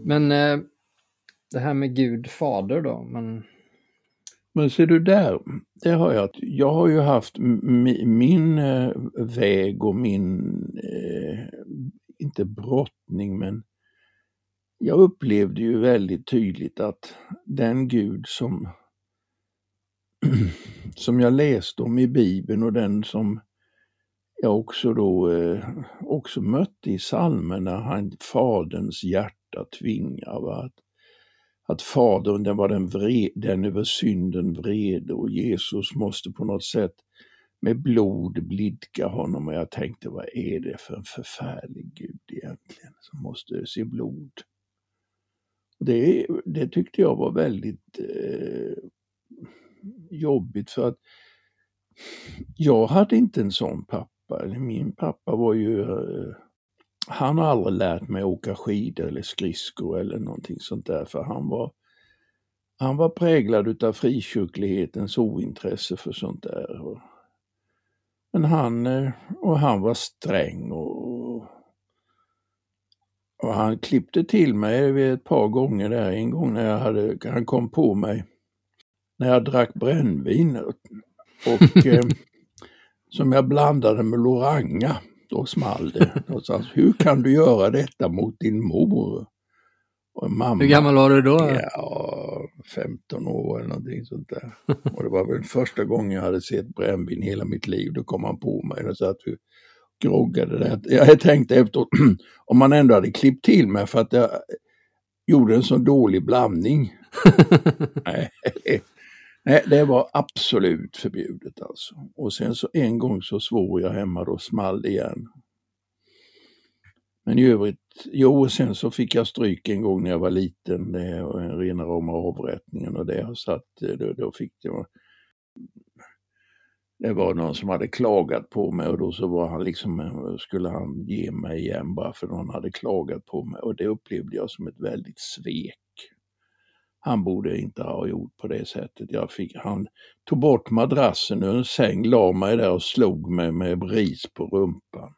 Men det här med Gud fader då, Men ser du där, jag har ju haft min väg och min, inte brottning, men jag upplevde ju väldigt tydligt att den Gud som jag läste om i Bibeln och den som jag också då också mötte i psalmerna, faderns hjärta tvingar, va? Att fadern, den var den över synden vrede, och Jesus måste på något sätt med blod blidka honom. Och jag tänkte, vad är det för en förfärlig Gud egentligen som måste se blod? Det tyckte jag var väldigt jobbigt, för att jag hade inte en sån pappa. Min pappa var ju, han har aldrig lärt mig åka skidor eller skridskor eller någonting sånt där, för han var präglad av frikyrklighetens ointresse för sånt där. Men han var sträng och han klippte till mig vid ett par gånger där. En gång när han kom på mig när jag drack brännvin och som jag blandade med Loranga. Då small det. Och sa, hur kan du göra detta mot din mor? Och mamma. Hur gammal var du då? Ja, 15 år eller någonting sånt där. Och det var väl första gången jag hade sett brännvin hela mitt liv. Då kom han på mig och sa att vi groggade det. Jag tänkte efteråt, om man ändå hade klippt till mig för att jag gjorde en så dålig blandning. Nej, det var absolut förbjudet alltså. Och sen så en gång så svor jag hemma, då small igen. Men i övrigt, sen så fick jag stryk en gång när jag var liten. Det var en rena rama avrättningen, och det har satt, då fick jag, det var någon som hade klagat på mig, och då så var han liksom, skulle han ge mig igen bara för någon hade klagat på mig, och det upplevde jag som ett väldigt svek. Han borde inte ha gjort på det sättet. Han tog bort madrassen ur en säng, la mig där och slog mig med ris på rumpan.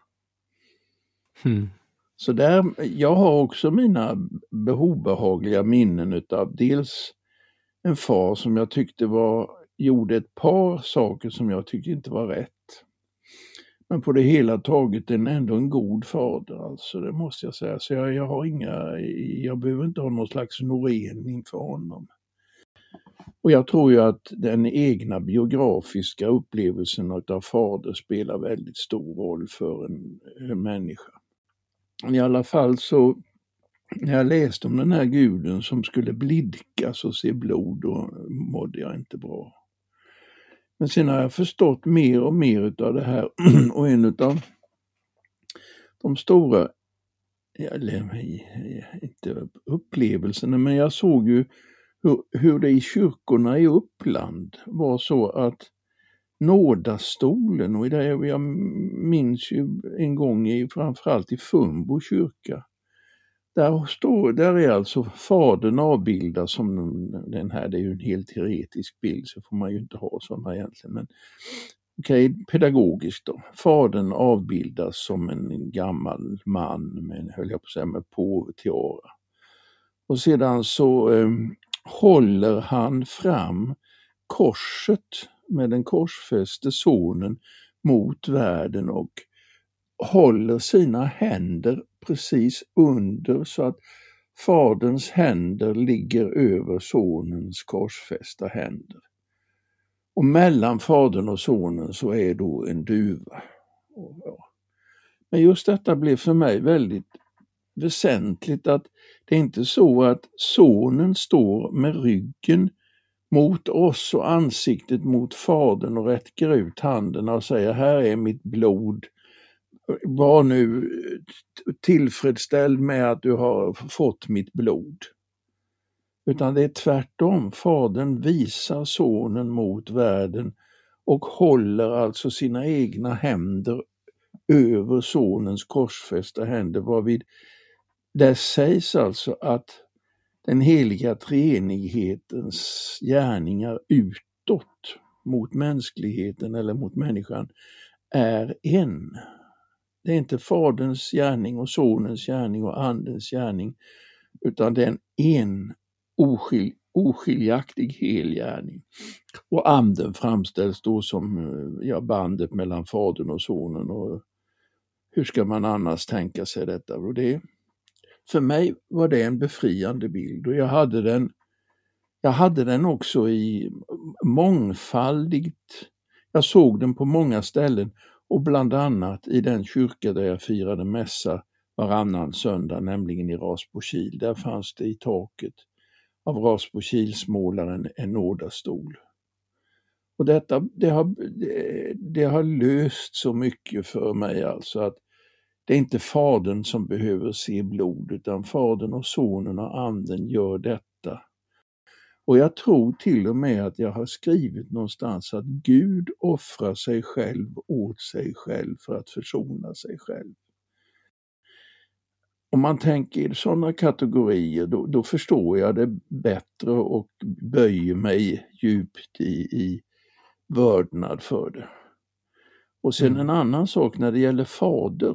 Så där, jag har också mina obehagliga minnen utav dels en far som jag tyckte gjorde ett par saker som jag tyckte inte var rätt. Men på det hela taget ändå en god fader, alltså, det måste jag säga. Så jag behöver inte ha någon slags norening för honom. Och jag tror ju att den egna biografiska upplevelsen av fader spelar väldigt stor roll för en människa. I alla fall så, när jag läste om den här guden som skulle blidkas och se blod, då mådde jag inte bra. Men sen har jag förstått mer och mer utav det här, och en utav de stora, inte upplevelserna, men jag såg ju hur det i kyrkorna i Uppland var så att nådastolen, och jag minns ju en gång framförallt i Fumbo kyrka, där är alltså fadern avbildad som den här, det är ju en helt teoretisk bild, så får man ju inte ha sådana egentligen, men pedagogiskt då. Fadern avbildas som en gammal man med påvetiara. Och sedan så håller han fram korset med den korsfäste sonen mot världen och håller sina händer precis under, så att faderns händer ligger över sonens korsfästa händer. Och mellan fadern och sonen så är då en duva. Men just detta blev för mig väldigt väsentligt, att det är inte så att sonen står med ryggen mot oss och ansiktet mot fadern och räcker ut handen och säger, här är mitt blod. Var nu tillfredsställd med att du har fått mitt blod. Utan det är tvärtom. Fadern visar sonen mot världen och håller alltså sina egna händer över sonens korsfästa händer, varvid det sägs alltså att den heliga treenighetens gärningar utåt mot mänskligheten eller mot människan är en. Det är inte faderns gärning och sonens gärning och andens gärning, utan det är en oskiljaktig helgärning. Och anden framställs då som bandet mellan fadern och sonen. Och hur ska man annars tänka sig detta? Och för mig var det en befriande bild, och jag hade den också i mångfaldigt. Jag såg den på många ställen, och bland annat i den kyrka där jag firade mässa varannan söndag, nämligen i Rasbokil. Där fanns det i taket av Rasbokilsmålaren en nådastol. Och det har löst så mycket för mig, alltså att det är inte fadern som behöver se blod, utan fadern och sonen och anden gör detta. Och jag tror till och med att jag har skrivit någonstans att Gud offrar sig själv åt sig själv för att försona sig själv. Om man tänker i sådana kategorier, då förstår jag det bättre och böjer mig djupt i vördnad för det. Och sen en annan sak när det gäller fader.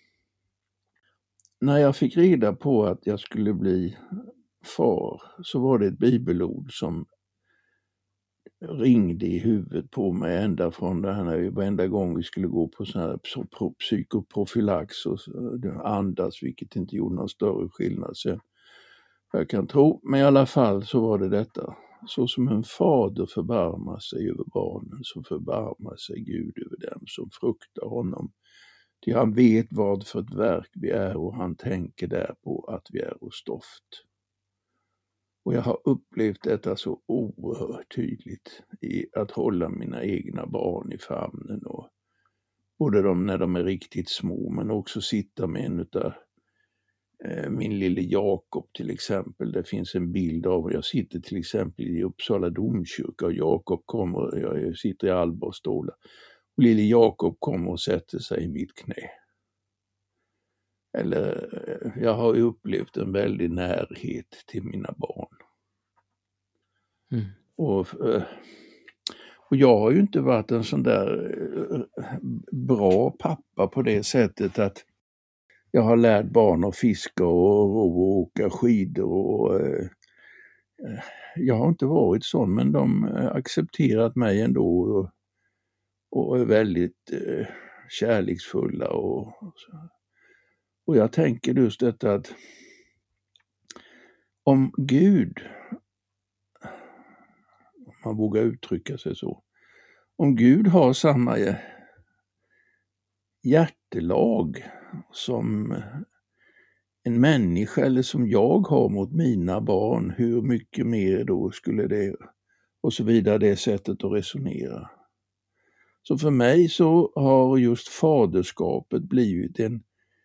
När jag fick reda på att jag skulle bli far, så var det ett bibelord som ringde i huvudet på mig ända från det här, varenda gång vi skulle gå på sån här psykoprofylax och andas, vilket inte gjorde någon större skillnad sen, jag kan tro. Men i alla fall så var det detta: så som en fader förbarmar sig över barnen, så förbarmar sig Gud över dem som fruktar honom. Ty han vet vad för ett verk vi är, och han tänker därpå att vi är hos stoft. Och jag har upplevt detta så oerhört tydligt i att hålla mina egna barn i famnen, och både när de är riktigt små, men också sitta med en utav min lille Jakob till exempel. Det finns en bild av, jag sitter till exempel i Uppsala domkyrka och Jakob kommer, jag sitter i Alborståla, och lille Jakob kommer och sätter sig i mitt knä. Eller jag har upplevt en väldig närhet till mina barn. Och jag har ju inte varit en sån där bra pappa på det sättet att jag har lärt barn att fiska och åka skidor. Och jag har inte varit sån, men de har accepterat mig ändå och är väldigt kärleksfulla. Och jag tänker just detta att om Gud, om man vågar uttrycka sig så, om Gud har samma hjärtelag som en människa eller som jag har mot mina barn, hur mycket mer då skulle det, och så vidare, det sättet att resonera. Så för mig så har just faderskapet blivit en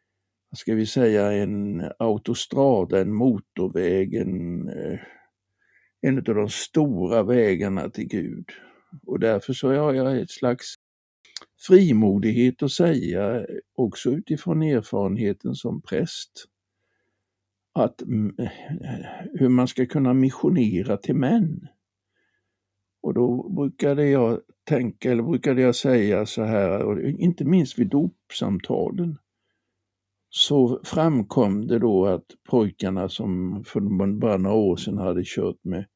autostrada, en motorväg, en av de stora vägarna till Gud. Och därför så har jag ett slags frimodighet att säga, också utifrån erfarenheten som präst, att hur man ska kunna missionera till män. Och då brukade jag säga så här, och inte minst vid dopsamtalen, så framkom det då att pojkarna som för bara några år sedan hade kört med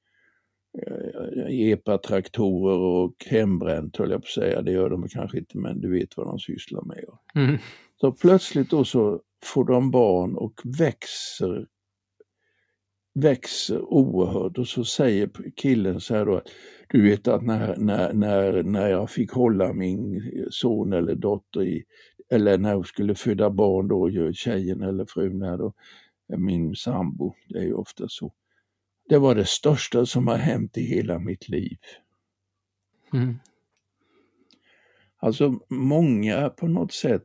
epatraktorer och hembränt, höll jag på att säga, det gör de kanske inte, men du vet vad de sysslar med. Så plötsligt då så får de barn och växer oerhört, och så säger killen så här då, du vet att när jag fick hålla min son eller dotter eller när jag skulle föda barn då, tjejen eller frun här då, min sambo, det är ju ofta så. Det var det största som har hänt i hela mitt liv. Alltså många på något sätt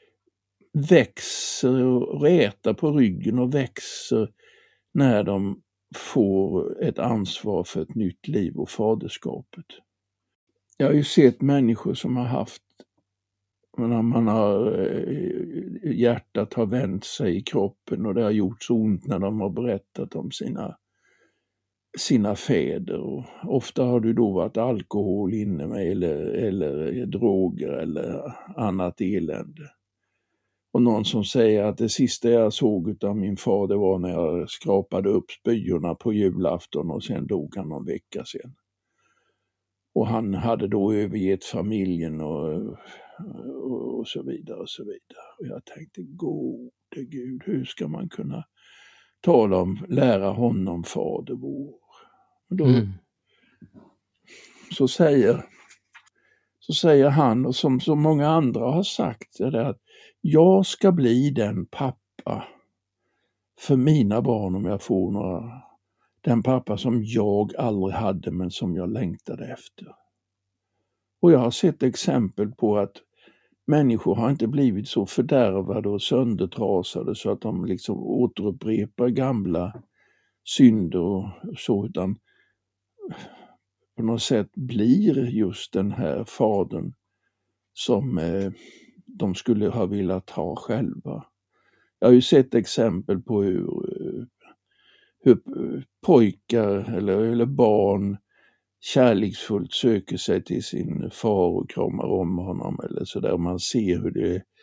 växer och rätar på ryggen och växer när de får ett ansvar för ett nytt liv och faderskapet. Jag har ju sett människor som har haft, när man har hjärtat har vänt sig i kroppen och det har gjort så ont när de har berättat om sina fäder, och ofta har det då varit alkohol inne med eller droger eller annat elände. Och någon som säger att det sista jag såg av min far, det var när jag skrapade upp spyorna på julafton och sen dog han någon vecka sen. Och han hade då övergett familjen och så vidare och så vidare. Och jag tänkte, gode Gud, hur ska man kunna lära honom Fader vår? Och då så säger han, och som så många andra har sagt, det att jag ska bli den pappa för mina barn om jag får några. Den pappa som jag aldrig hade men som jag längtade efter. Och jag har sett exempel på att människor har inte blivit så fördärvade och söndertrasade så att de liksom återupprepar gamla synder och så, utan på något sätt blir just den här fadern som de skulle ha velat ha själva. Jag har ju sett exempel på hur pojkar eller barn kärleksfullt söker sig till sin far och kramar om honom eller så där. Man ser hur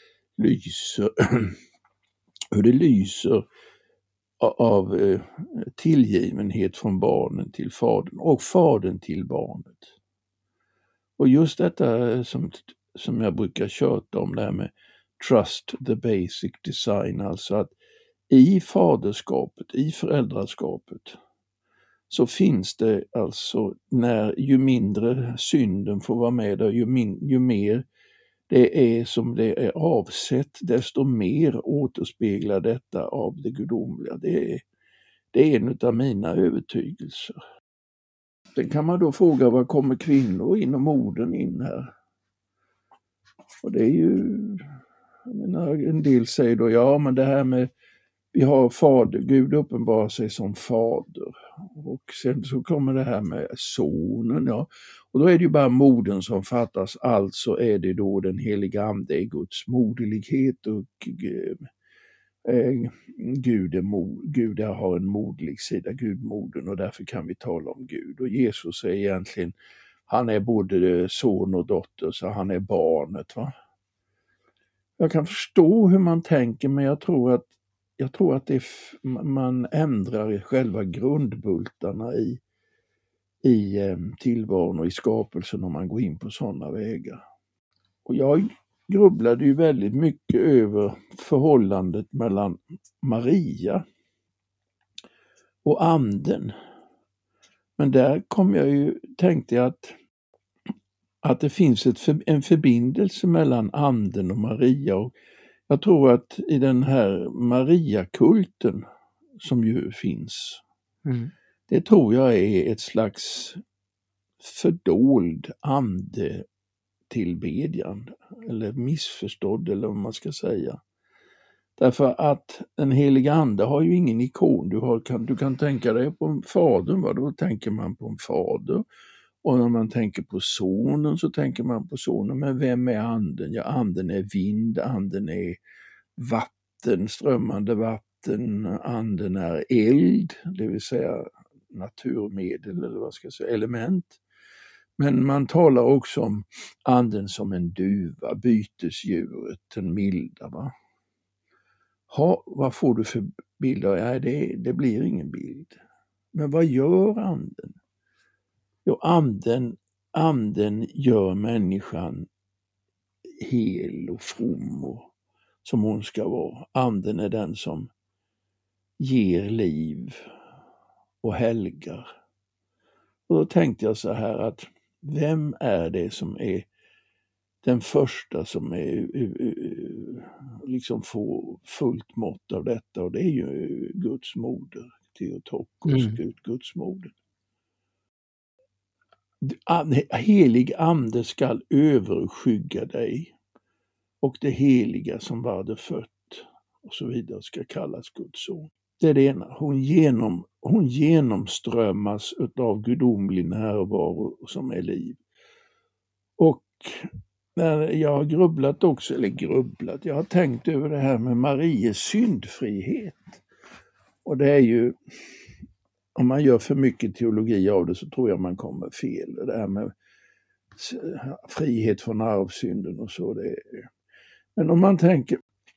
det lyser av tillgivenhet från barnen till fadern och fadern till barnet. Och just detta som jag brukar köta om, det här med trust the basic design, alltså att i faderskapet, i föräldraskapet, så finns det alltså, ju mindre synden får vara med och ju mer det är som det är avsett, desto mer återspeglar detta av det gudomliga. Det är en av mina övertygelser. Sen kan man då fråga, vad kommer kvinnor in och modern in här? Och det är ju, jag menar, en del säger då, ja men det här med, vi har fader, Gud uppenbarar sig som fader. Och sen så kommer det här med sonen, ja. Och då är det ju bara modern som fattas, alltså är det då den heliga ande, Guds moderlighet, och Gud har en moderlig sida, Gudmodern, och därför kan vi tala om Gud. Och Jesus är egentligen, han är både son och dotter, så han är barnet, va. Jag kan förstå hur man tänker, men jag tror att man ändrar själva grundbultarna i tillvaron och i skapelsen om man går in på sådana vägar. Och jag grubblade ju väldigt mycket över förhållandet mellan Maria och anden. Men där tänkte jag att det finns en förbindelse mellan anden och Maria, och jag tror att i den här Maria-kulten som ju finns, det tror jag är ett slags fördold andetillbedjan, eller missförstådd, eller vad man ska säga. Därför att en helig ande har ju ingen ikon. Du kan tänka dig på en fader, va? Då tänker man på en fader. Och när man tänker på sonen så tänker man på sonen. Men vem är anden? Ja, anden är vind, anden är vatten, strömmande vatten, anden är eld, det vill säga naturmedel, eller vad ska jag säga, element. Men man talar också om anden som en duva, bytesdjuret, den milda, va? Vad får du för bild? Nej, det blir ingen bild. Men vad gör anden? Jo, anden gör människan hel och from och som hon ska vara. Anden är den som ger liv och helgar. Och då tänkte jag så här, att vem är det som är den första som är liksom får fullt mått av detta? Och det är ju Guds moder, Theotokos, Guds moder. Helig ande skall överskygga dig, och det heliga som var det fött och så vidare ska kallas Guds son. Det är det ena. Hon genomströmmas av gudomlig närvaro som är liv. Och när jag har jag har tänkt över det här med Maries syndfrihet. Och det är ju, om man gör för mycket teologi av det så tror jag man kommer fel. Det här med frihet från arvsynden och så. Men om man tänker,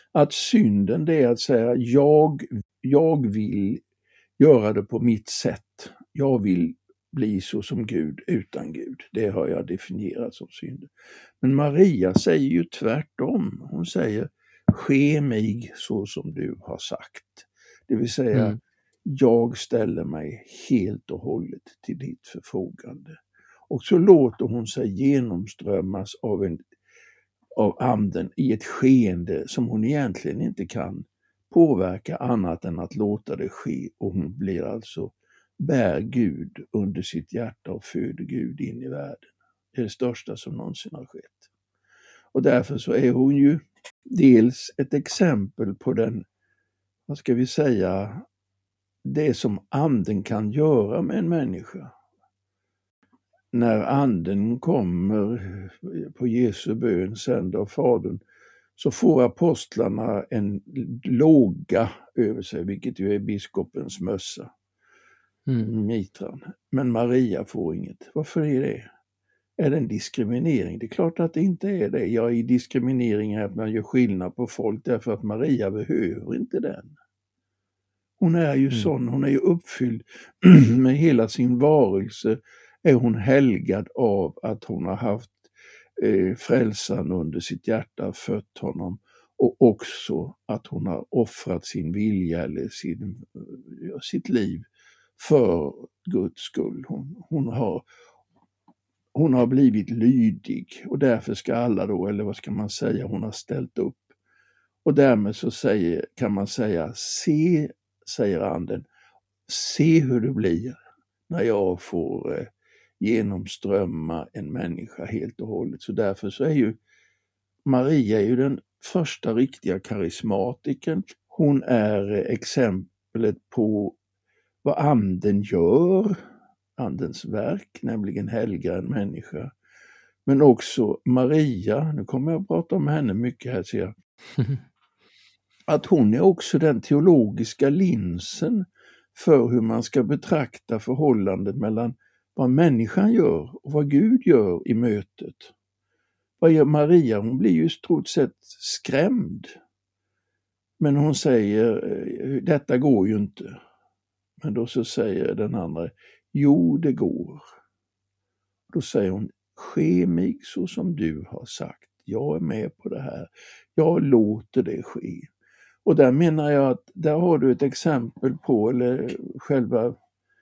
Att synden, det är att säga jag vill göra det på mitt sätt. Jag vill bli så som Gud utan Gud. Det har jag definierat som synd. Men Maria säger ju tvärtom. Hon säger ske mig så som du har sagt. Det vill säga jag ställer mig helt och hållet till ditt förfogande. Och så låter hon sig genomströmmas av anden i ett skeende som hon egentligen inte kan påverka annat än att låta det ske, och hon blir alltså bär Gud under sitt hjärta och föder Gud in i världen. Det är det största som någonsin har skett. Och därför så är hon ju dels ett exempel på den, vad ska vi säga, det som anden kan göra med en människa. När anden kommer på Jesu bön sänd av Fadern, så får apostlarna en låga över sig, vilket ju är biskopens mössa, mitran. Men Maria får inget. Varför är det? Är det en diskriminering? Det är klart att det inte är det. Jag är i diskriminering här, att man gör skillnad på folk, därför att Maria behöver inte den. Hon är ju sån, hon är ju uppfylld med hela sin varelse, är hon helgad av att hon har haft frälsaren under sitt hjärta, fött honom, och också att hon har offrat sin vilja eller sitt liv för Guds skull. Hon har blivit lydig, och därför ska alla då, eller vad ska man säga, hon har ställt upp. Och därmed så kan man säga, säger anden, se hur det blir när jag får genomströmma en människa helt och hållet. Så därför så är ju Maria ju den första riktiga karismatiken. Hon är exemplet på vad anden gör, andens verk, nämligen helga en människa. Men också Maria, nu kommer jag att prata om henne mycket här, ser jag. Att hon är också den teologiska linsen för hur man ska betrakta förhållandet mellan vad människan gör och vad Gud gör i mötet. Vad gör Maria? Hon blir ju i stort sett skrämd. Men hon säger, detta går ju inte. Men då så säger den andra, jo det går. Då säger hon, ske mig så som du har sagt. Jag är med på det här. Jag låter det ske. Och där menar jag att där har du ett exempel på, eller själva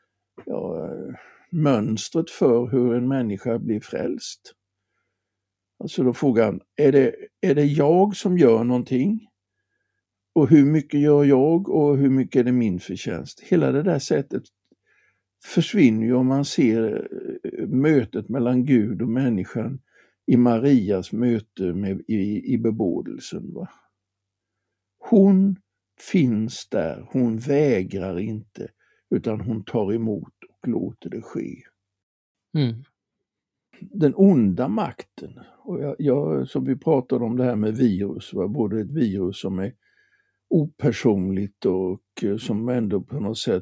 mönstret för hur en människa blir frälst. Alltså då frågan, är det jag som gör någonting? Och hur mycket gör jag och hur mycket är det min förtjänst? Hela det där sättet försvinner ju om man ser mötet mellan Gud och människan i Marias möte i bebådelsen. Va? Hon finns där, hon vägrar inte, utan hon tar emot och låter det ske. Den onda makten, och jag som vi pratade om det här med virus, både ett virus som är opersonligt och som ändå på något sätt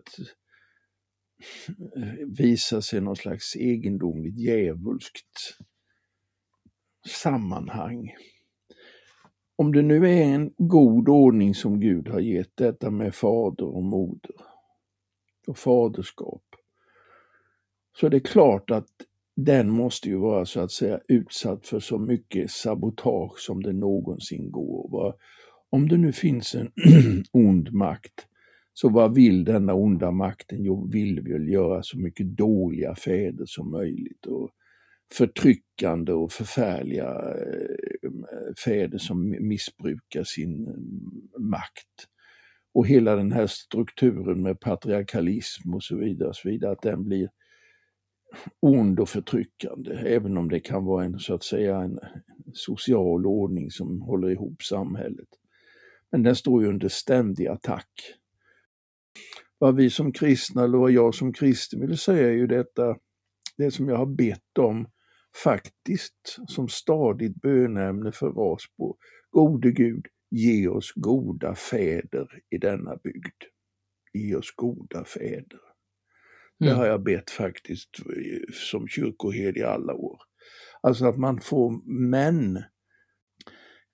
visar sig någon slags egendomligt djävulskt sammanhang. Om det nu är en god ordning som Gud har gett, detta med fader och moder och faderskap, så är det klart att den måste ju vara så att säga utsatt för så mycket sabotage som det någonsin går. Om det nu finns en ond makt, så vad vill denna onda makten? Jo, vill väl göra så mycket dåliga fäder som möjligt, och förtryckande och förfärliga fäder som missbrukar sin makt. Och hela den här strukturen med patriarkalism och så vidare, att den blir ond och förtryckande, även om det kan vara en social ordning som håller ihop samhället. Men den står ju under ständig attack. Vad vi som kristna, eller vad jag som kristen vill säga, är ju detta, det som jag har bett om faktiskt som stadigt bönämne för Rasbo. Gode Gud, ge oss goda fäder i denna bygd. Ge oss goda fäder. Det har jag bett faktiskt som kyrkoherde i alla år. Alltså att man får män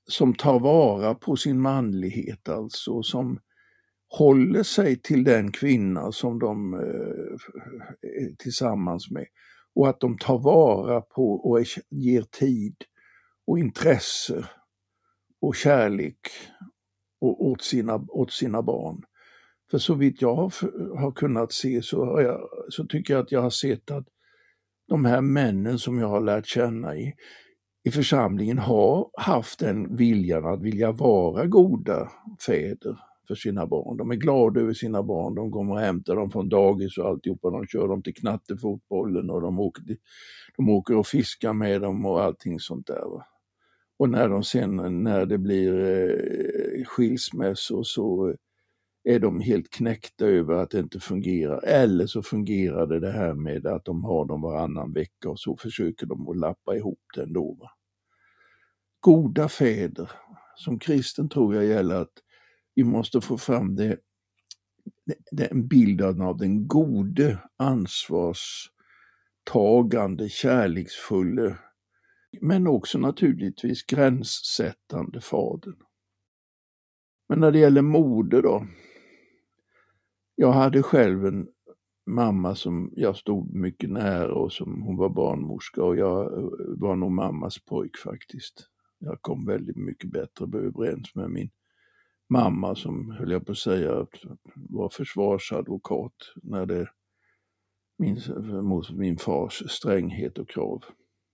som tar vara på sin manlighet, alltså som håller sig till den kvinna som de är tillsammans med, och att de tar vara på och ger tid och intresse och kärlek åt sina barn. För så vitt jag har kunnat se så tycker jag att jag har sett att de här männen som jag har lärt känna i församlingen har haft den viljan att vilja vara goda fäder för sina barn. De är glada över sina barn, de kommer och hämtar dem från dagis och alltihopa, de kör dem till knattefotbollen och de åker och fiskar med dem och allting sånt där. Va? Och när det blir skilsmässor så är de helt knäckta över att det inte fungerar. Eller så fungerar det här med att de har dem varannan vecka och så försöker de att lappa ihop det ändå. Va? Goda fäder. Som kristen tror jag gäller att vi måste få fram en bild av den gode, ansvarstagande, kärleksfulla, men också naturligtvis gränssättande fadern. Men när det gäller moder då. Jag hade själv en mamma som jag stod mycket nära och som hon var barnmorska, och jag var nog mammas pojk faktiskt. Jag kom väldigt mycket bättre överens med min mamma som, höll jag på att säga, var försvarsadvokat när det mot min fars stränghet och krav.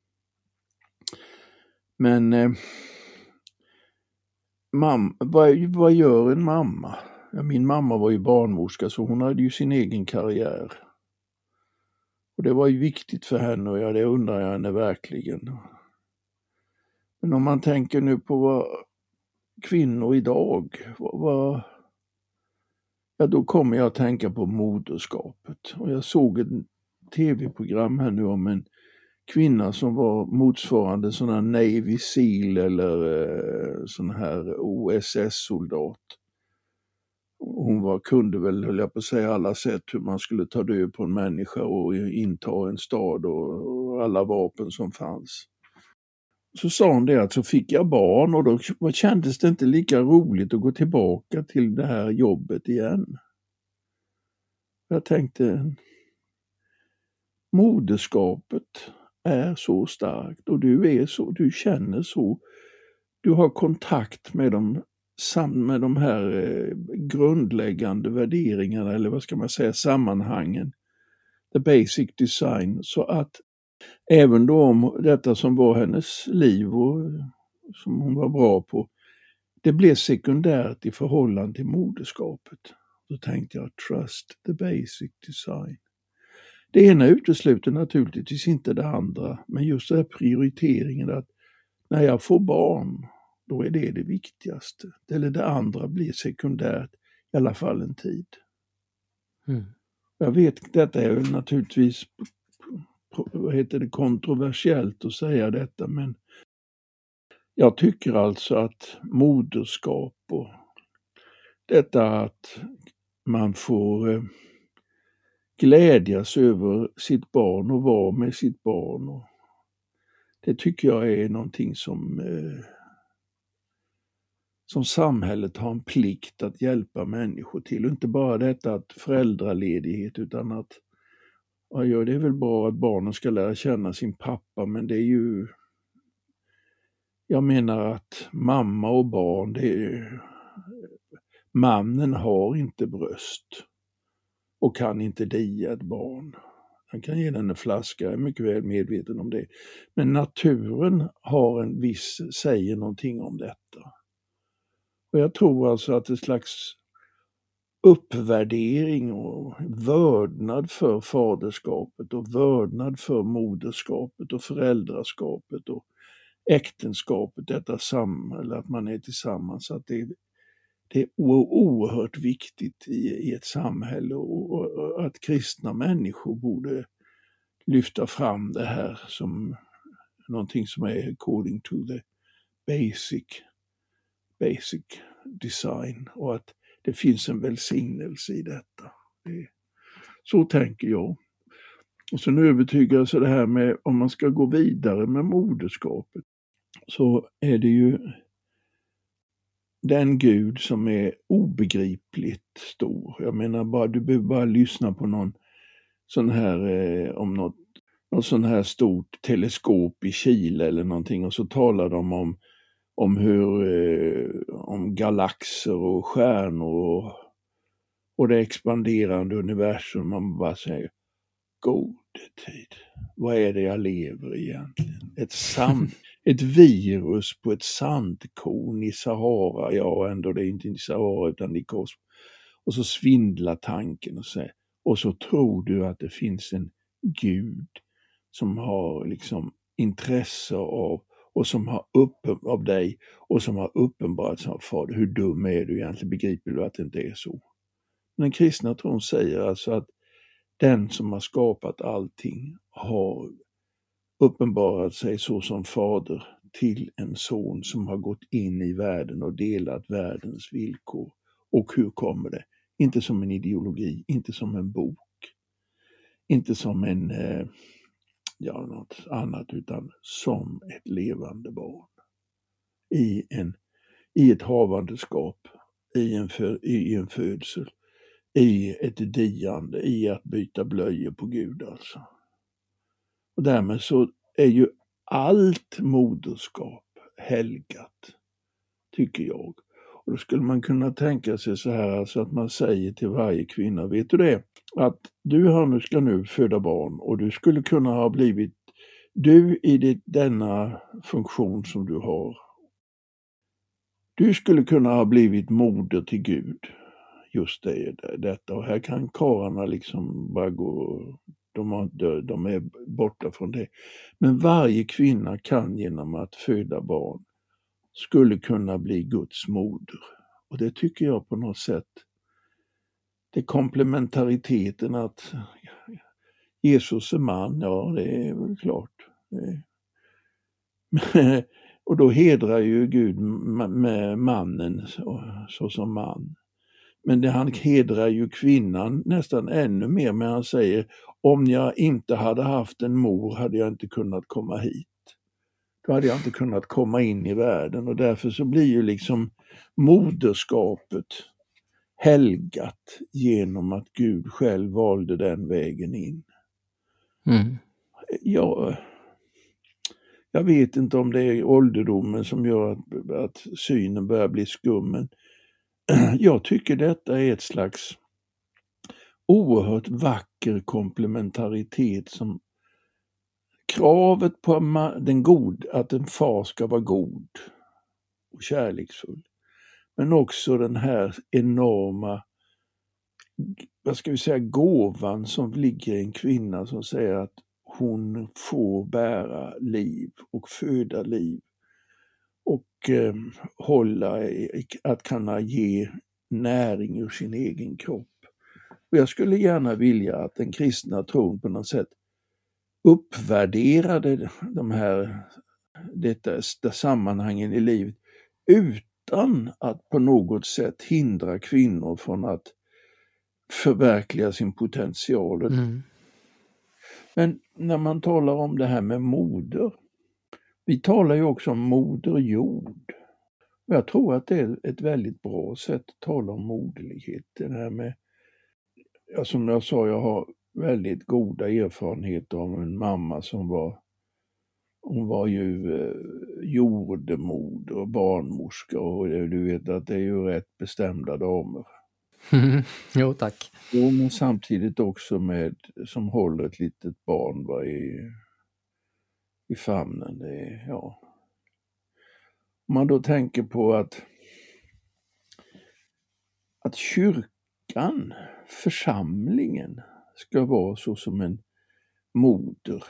Men vad gör en mamma? Ja, min mamma var ju barnmorska så hon hade ju sin egen karriär. Och det var ju viktigt för henne, och det undrar jag henne verkligen. Men om man tänker nu på vad kvinnor idag, då kommer jag att tänka på moderskapet. Och jag såg ett tv-program här nu om en kvinna som var motsvarande sån här Navy Seal eller sån här OSS-soldat. Hon kunde väl, höll jag på att säga, alla sätt hur man skulle ta död på en människa och inta en stad och alla vapen som fanns. Så sa hon det att så fick jag barn och då kändes det inte lika roligt att gå tillbaka till det här jobbet igen. Jag tänkte, moderskapet är så starkt och du känner så, du har kontakt med de här grundläggande värderingarna, eller vad ska man säga, sammanhangen, the basic design, så att även då om detta som var hennes liv och som hon var bra på, det blev sekundärt i förhållande till moderskapet. Då tänkte jag, trust the basic design. Det ena utesluter naturligtvis inte det andra, men just den här prioriteringen att när jag får barn, då är det viktigaste. Eller det andra blir sekundärt, i alla fall en tid. Mm. Jag vet, detta är ju naturligtvis kontroversiellt att säga detta, men jag tycker alltså att moderskap och detta att man får glädjas över sitt barn och vara med sitt barn, och det tycker jag är någonting som samhället har en plikt att hjälpa människor till. Och inte bara detta att föräldraledighet, utan att det är väl bra att barnen ska lära känna sin pappa, men det är ju, jag menar att mamma och barn, mannen har inte bröst och kan inte dia ett barn. Han kan ge den en flaska, jag är mycket väl medveten om det. Men naturen säger någonting om detta. Och jag tror alltså att ett slags uppvärdering och vördnad för faderskapet och vördnad för moderskapet och föräldraskapet och äktenskapet, detta samhälle, att man är tillsammans, att det är oerhört viktigt i ett samhälle, och att kristna människor borde lyfta fram det här som någonting som är according to the basic design, och att det finns en välsignelse i detta. Så tänker jag. Och sen övertygar sig det här med, om man ska gå vidare med moderskapet, så är det ju den Gud som är obegripligt stor. Jag menar, du behöver bara lyssna på någon sån här, om något sån här stort teleskop i Chile eller någonting, och så talar de om om galaxer och stjärnor och det expanderande universum. Man bara säger, gode tid, vad är det jag lever i egentligen? Ett virus på ett sandkorn i Sahara, ja ändå det är inte i Sahara utan i Kosmos. Och så svindlar tanken och så tror du att det finns en Gud som har liksom intresse av och som har av dig och som har uppenbarat som fader. Hur dum är du egentligen? Begriper du att det inte är så? Men den kristna tron säger alltså att den som har skapat allting har uppenbarat sig så som fader till en son som har gått in i världen och delat världens villkor. Och hur kommer det? Inte som en ideologi, inte som en bok, inte som något annat, utan som ett levande barn. I ett havandeskap, i en födsel, i ett diande, i att byta blöjor på Gud alltså. Och därmed så är ju allt moderskap helgat, tycker jag. Och då skulle man kunna tänka sig så här, alltså att man säger till varje kvinna, vet du det? Att du ska nu föda barn och du skulle kunna ha blivit, du i denna funktion som du har, du skulle kunna ha blivit moder till Gud. Just detta. Och här kan karlarna liksom bara gå, de är borta från det. Men varje kvinna kan genom att föda barn skulle kunna bli Guds moder. Och det tycker jag på något sätt, det är komplementariteten att Jesus är man, ja det är väl klart. Och då hedrar ju Gud med mannen så som man. Men han hedrar ju kvinnan nästan ännu mer, men han säger, om jag inte hade haft en mor hade jag inte kunnat komma hit. Då hade jag inte kunnat komma in i världen, och därför så blir ju liksom moderskapet helgat genom att Gud själv valde den vägen in. Jag vet inte om det är ålderdomen som gör att synen börjar bli skum, men jag tycker detta är ett slags oerhört vacker komplementaritet, som kravet på att en far ska vara god och kärleksfull, men också den här enorma, vad ska vi säga, gåvan som ligger i en kvinna som säger att hon får bära liv och föda liv och att kunna ge näring ur sin egen kropp. Och jag skulle gärna vilja att den kristna tron på något sätt uppvärderade detta sammanhangen i livet utan att på något sätt hindra kvinnor från att förverkliga sin potential. Men när man talar om det här med moder, vi talar ju också om moder jord. Och jag tror att det är ett väldigt bra sätt att tala om moderlighet. Det här med, som jag sa, jag har väldigt goda erfarenheter av en mamma som hon var ju jordemoder och barnmorska, och du vet att det är ju rätt bestämda damer. Jo, tack. Jo, men samtidigt också som håller ett litet barn i famnen. Om man då tänker på att kyrkan, församlingen, ska vara så som en moder.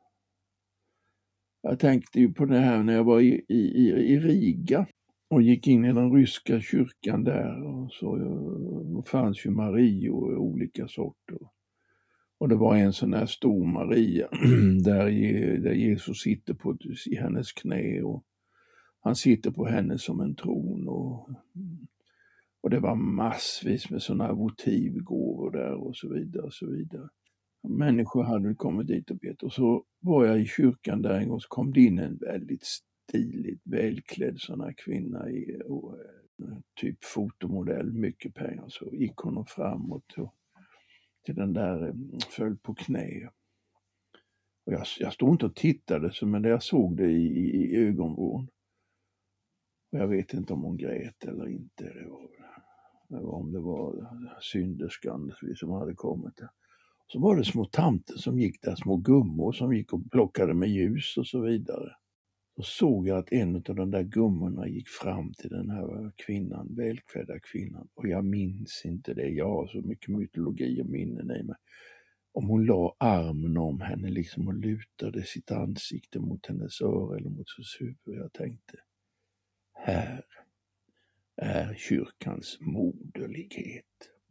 Jag tänkte ju på det här när jag var i Riga och gick in i den ryska kyrkan där, och så fanns ju Maria och olika sorter. Och det var en sån här stor Maria där Jesus sitter i hennes knä, och han sitter på henne som en tron, och det var massvis med såna här votivgåvor där och så vidare och så vidare. Människor hade kommit dit och bett, och så var jag i kyrkan där en gång, så kom det in en väldigt stiligt välklädd sån här kvinna typ fotomodell, mycket pengar. Så gick hon framåt till den där, föll på knä. Och jag stod inte och tittade, men jag såg det i ögonvrån. Och jag vet inte om hon grät eller inte. Om det var synderskan som hade kommit. Så var det små tanter som gick där, små gummor som gick och plockade med ljus och så vidare. Så såg jag att en av de där gummorna gick fram till den här kvinnan, välklädda kvinnan. Och jag minns inte det, jag har så mycket mytologi och minnen i mig. Om hon la armen om henne liksom och lutade sitt ansikte mot hennes öra eller mot hennes huvud. Jag tänkte, här är kyrkans moderlighet.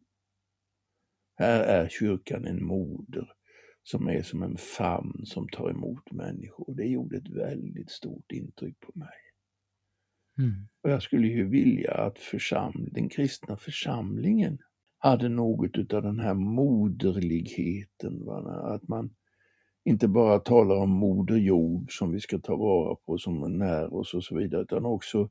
Här är kyrkan en moder som är som en famn som tar emot människor. Det gjorde ett väldigt stort intryck på mig. Och jag skulle ju vilja att den kristna församlingen hade något av den här moderligheten. Att man inte bara talar om moder jord som vi ska ta vara på, som när oss och så vidare, utan också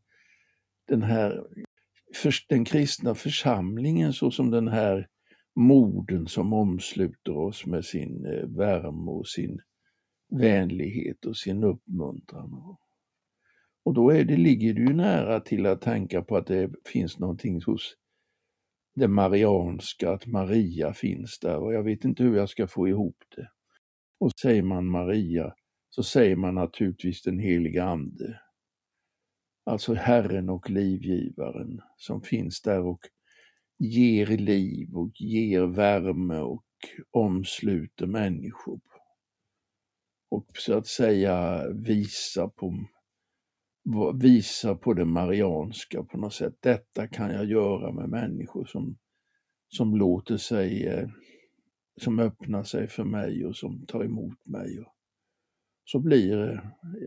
den kristna församlingen så som den här modern som omsluter oss med sin värme och sin vänlighet och sin uppmuntran. Och då ligger det ju nära till att tänka på att det finns någonting hos det marianska, att Maria finns där, och jag vet inte hur jag ska få ihop det. Och säger man Maria så säger man naturligtvis den heliga ande. Alltså Herren och livgivaren som finns där och ger liv och ger värme och omsluter människor. Och så att säga visa på det marianska på något sätt. Detta kan jag göra med människor som låter sig, som öppnar sig för mig och som tar emot mig. Och så blir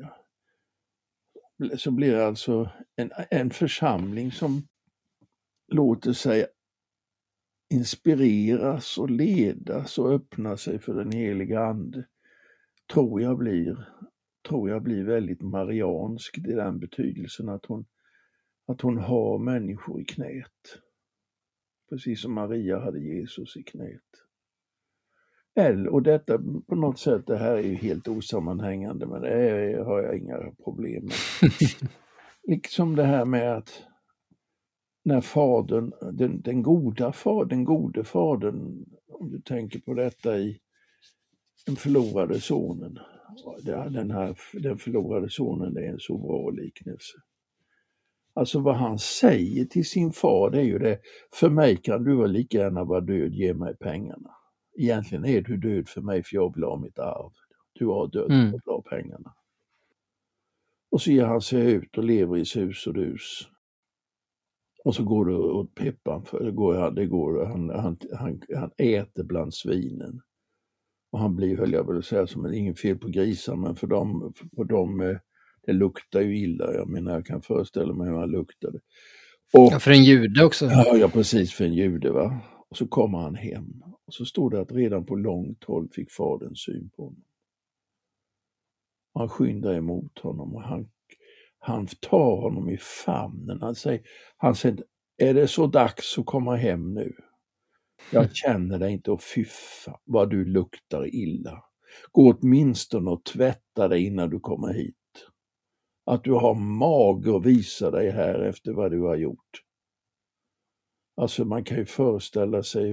det alltså en församling som låter sig inspireras och ledas och öppna sig för den heliga ande. Tror jag blir väldigt mariansk i den betydelsen att hon har människor i knät. Precis som Maria hade Jesus i knät. Och detta på något sätt, det här är ju helt osammanhängande, men det har jag inga problem med. Liksom det här med att när fadern, den gode fadern, om du tänker på detta i den förlorade sonen. Den förlorade sonen, det är en så bra liknelse. Alltså vad han säger till sin far, det är ju det, för mig kan du lika gärna vara död, ge mig pengarna. Egentligen är du död för mig för jag vill ha mitt arv. Du har död för att ha pengarna. Och så ger han sig ut och lever i sus och dus. Och så går det åt peppan, för han äter bland svinen. Och han blir, höll jag väl säga, som ingen fel på grisar, men för dem det luktar ju illa. Jag menar, jag kan föreställa mig hur han luktade. Ja, för en jude också. Ja, precis, för en jude, va. Och så kommer han hem. Och så står det att redan på långt håll fick fadern syn på honom. Han skyndar emot honom och han tar honom i famnen. Han säger, är det så dags att komma hem nu? Jag känner dig inte och fyffa vad du luktar illa. Gå åtminstone och tvätta dig innan du kommer hit. Att du har mage att visa dig här efter vad du har gjort. Alltså man kan ju föreställa sig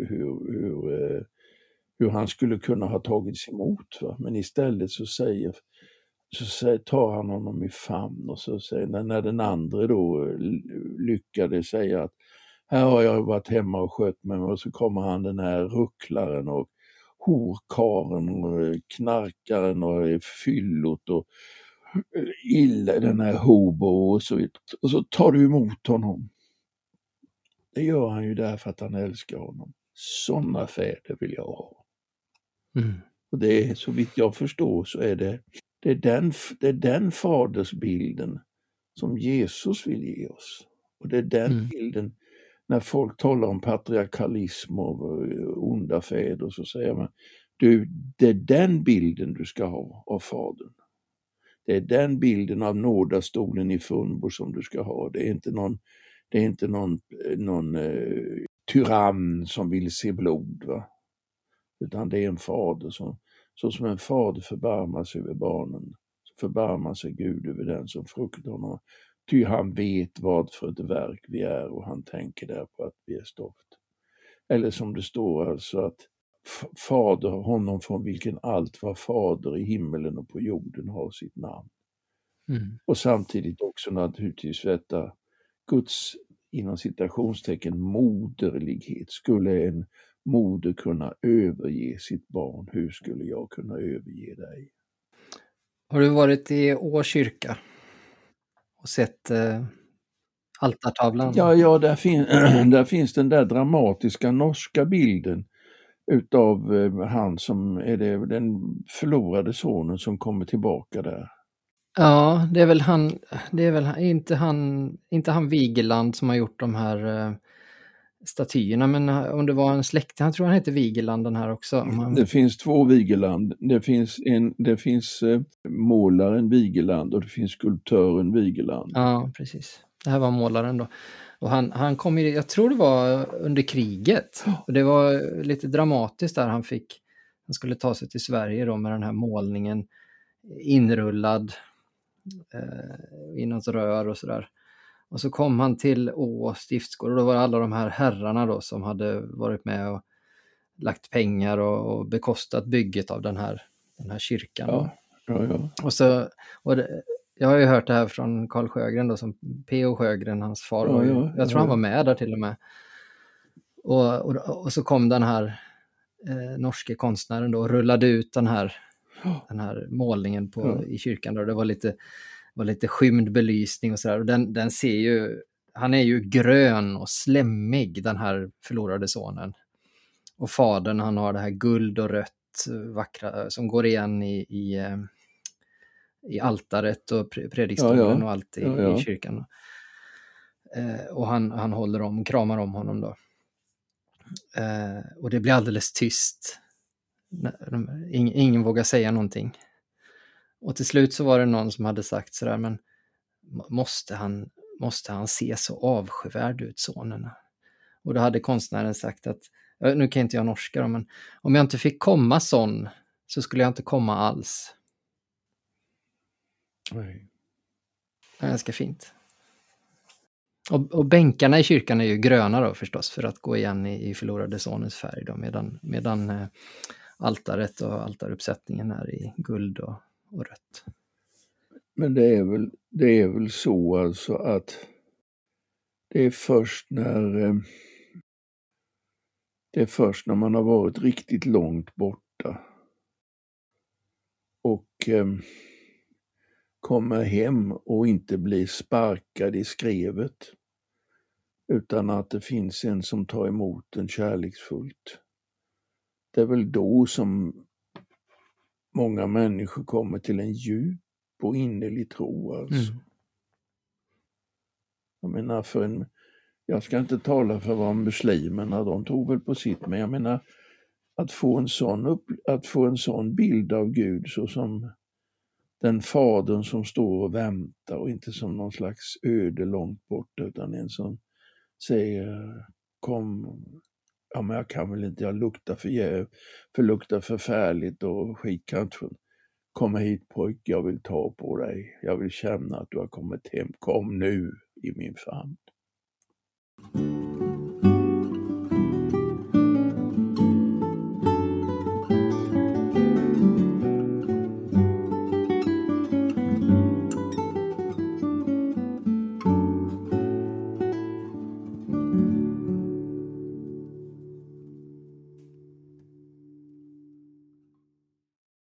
hur han skulle kunna ha tagits emot. Va? Men istället så tar han honom i famn och så säger när den andra då lyckades säga att här har jag varit hemma och skött mig, och så kommer han den här rucklaren och horkaren och knarkaren och fyllot och illa den här hobo och så vidare. Och så tar du emot honom. Det gör han ju därför att han älskar honom. Sådana fäder vill jag ha. Och det är, så vitt jag förstår, så är det den fadersbilden som Jesus vill ge oss. Och det är den bilden, när folk talar om patriarkalism och onda fäder, så säger man, det är den bilden du ska ha av fadern. Det är den bilden av nådastolen i Funbo som du ska ha. Det är inte någon Det är inte någon tyrann som vill se blod, va? Utan det är en fader så som en fader förbarmar sig över barnen, så förbarmar sig Gud över den som fruktar honom. Ty han vet vad för ett verk vi är och han tänker där på att vi är stoft. Eller som det står alltså att fader, honom från vilken allt vad fader i himmelen och på jorden har sitt namn. Och samtidigt också naturligtvis detta Guds inom citationstecken moderlighet. Skulle en moder kunna överge sitt barn? Hur skulle jag kunna överge dig? Har du varit i Ås kyrka och sett altartavlan? Ja, där finns den där dramatiska norska bilden utav han som är den förlorade sonen som kommer tillbaka där. Ja, det är väl inte han Vigeland som har gjort de här statyerna, men om det var en släkting, jag tror han heter Vigeland den här också. Det finns två Vigeland. Det finns målaren Vigeland och det finns skulptören Vigeland. Ja, precis. Det här var målaren då. Och han kom ju, jag tror det var under kriget. Och det var lite dramatiskt där han skulle ta sig till Sverige då med den här målningen inrullad i något rör och sådär. Och så kom han till Ås stiftsgård och då var det alla de här herrarna då som hade varit med och lagt pengar och bekostat bygget av den här kyrkan. Ja. Jag har ju hört det här från Carl Sjögren då, som P.O. Sjögren, hans far. Jag tror han var med där till och med. Och så kom den här norske konstnären då och rullade ut den här målningen i kyrkan då. Det var lite skymd belysning och sådär. Och den ser ju, han är ju grön och slemmig, den här förlorade sonen. Och fadern, han har det här guld och rött vackra som går igen i altaret och predikstolen och allt i kyrkan. Och han håller kramar om honom då. Och det blir alldeles tyst. Ingen vågar säga någonting. Och till slut så var det någon som hade sagt sådär, men måste han se så avskyvärd ut, sonen? Och då hade konstnären sagt att, nu kan inte jag norska då, men om jag inte fick komma sån så skulle jag inte komma alls. Nej. Det är ganska fint. Och bänkarna i kyrkan är ju gröna då förstås, för att gå igen i förlorade sonens färg då, medan altaret och altaruppsättningen är i guld och rött. Men det är väl så alltså att det är först när man har varit riktigt långt borta och kommer hem och inte blir sparkad i skrevet, utan att det finns en som tar emot en kärleksfullt. Det är väl då som många människor kommer till en djup och innerlig tro alltså. Jag menar, jag ska inte tala för vad muslimerna, de tog väl på sitt, men jag menar att få en sån bild av Gud så som den fadern som står och väntar, och inte som någon slags öde långt borta, utan en som säger kom, ja men jag kan väl inte, jag luktar förfärligt och skit kanske. Kom hit pojk, jag vill ta på dig, jag vill känna att du har kommit hem, kom nu i min famn.